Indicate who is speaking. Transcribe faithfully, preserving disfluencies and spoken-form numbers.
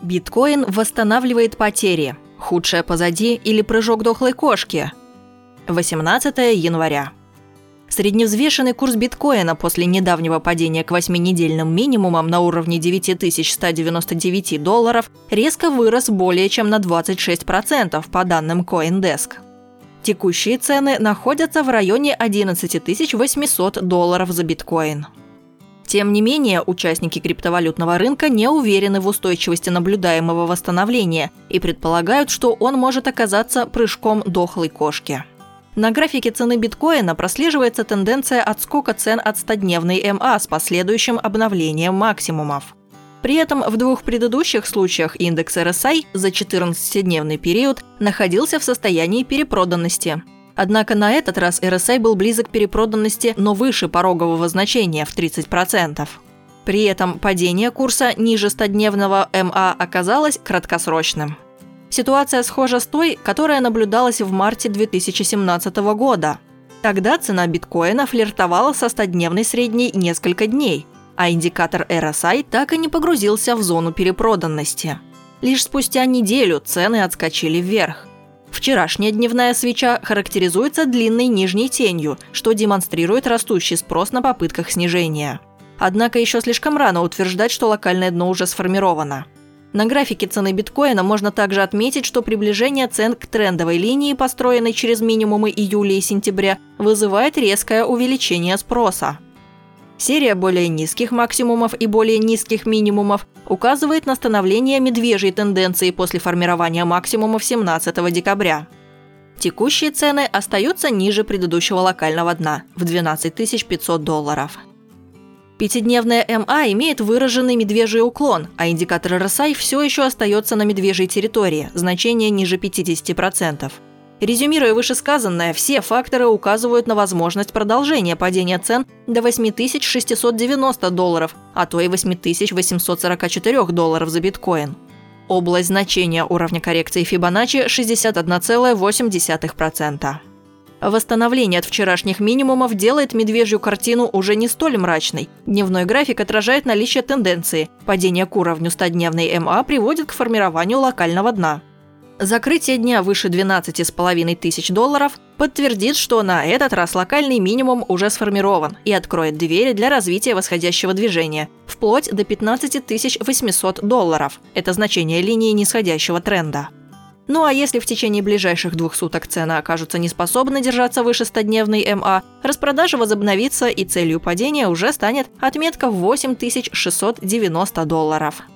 Speaker 1: Биткоин восстанавливает потери. Худшее позади или прыжок дохлой кошки? восемнадцатое января. Средневзвешенный курс биткоина после недавнего падения к восьминедельным минимумам на уровне девять тысяч сто девяносто девять долларов резко вырос более чем на двадцать шесть процентов по данным CoinDesk. Текущие цены находятся в районе одиннадцать тысяч восемьсот долларов за биткоин. Тем не менее, участники криптовалютного рынка не уверены в устойчивости наблюдаемого восстановления и предполагают, что он может оказаться прыжком дохлой кошки. На графике цены биткоина прослеживается тенденция отскока цен от стодневной эм а с последующим обновлением максимумов. При этом в двух предыдущих случаях индекс эр эс ай за четырнадцатидневный период находился в состоянии перепроданности. Однако на этот раз эр эс ай был близок к перепроданности, но выше порогового значения в тридцать процентов. При этом падение курса ниже стодневного эм а оказалось краткосрочным. Ситуация схожа с той, которая наблюдалась в марте две тысячи семнадцатого года. Тогда цена биткоина флиртовала со стодневной средней несколько дней, а индикатор эр эс ай так и не погрузился в зону перепроданности. Лишь спустя неделю цены отскочили вверх. Вчерашняя дневная свеча характеризуется длинной нижней тенью, что демонстрирует растущий спрос на попытках снижения. Однако еще слишком рано утверждать, что локальное дно уже сформировано. На графике цены биткоина можно также отметить, что приближение цен к трендовой линии, построенной через минимумы июля и сентября, вызывает резкое увеличение спроса. Серия более низких максимумов и более низких минимумов указывает на становление медвежьей тенденции после формирования максимумов семнадцатого декабря. Текущие цены остаются ниже предыдущего локального дна в двенадцать тысяч пятьсот долларов. Пятидневная эм а имеет выраженный медвежий уклон, а индикатор эр эс ай все еще остается на медвежьей территории, значение ниже пятидесяти процентов. Резюмируя вышесказанное, все факторы указывают на возможность продолжения падения цен до восемь тысяч шестьсот девяносто долларов, а то и восемь тысяч восемьсот сорок четыре долларов за биткоин. Область значения уровня коррекции Фибоначчи – шестьдесят одна целая восемь десятых процента. Восстановление от вчерашних минимумов делает медвежью картину уже не столь мрачной. Дневной график отражает наличие тенденции. Падение к уровню стодневной эм а приводит к формированию локального дна. Закрытие дня выше двенадцати с половиной тысяч долларов подтвердит, что на этот раз локальный минимум уже сформирован и откроет двери для развития восходящего движения, вплоть до пятнадцати тысяч восьмисот долларов. Это значение линии нисходящего тренда. Ну а если в течение ближайших двух суток цены окажутся неспособны держаться выше стодневной эм а, распродажа возобновится и целью падения уже станет отметка в восемь тысяч шестьсот девяносто долларов.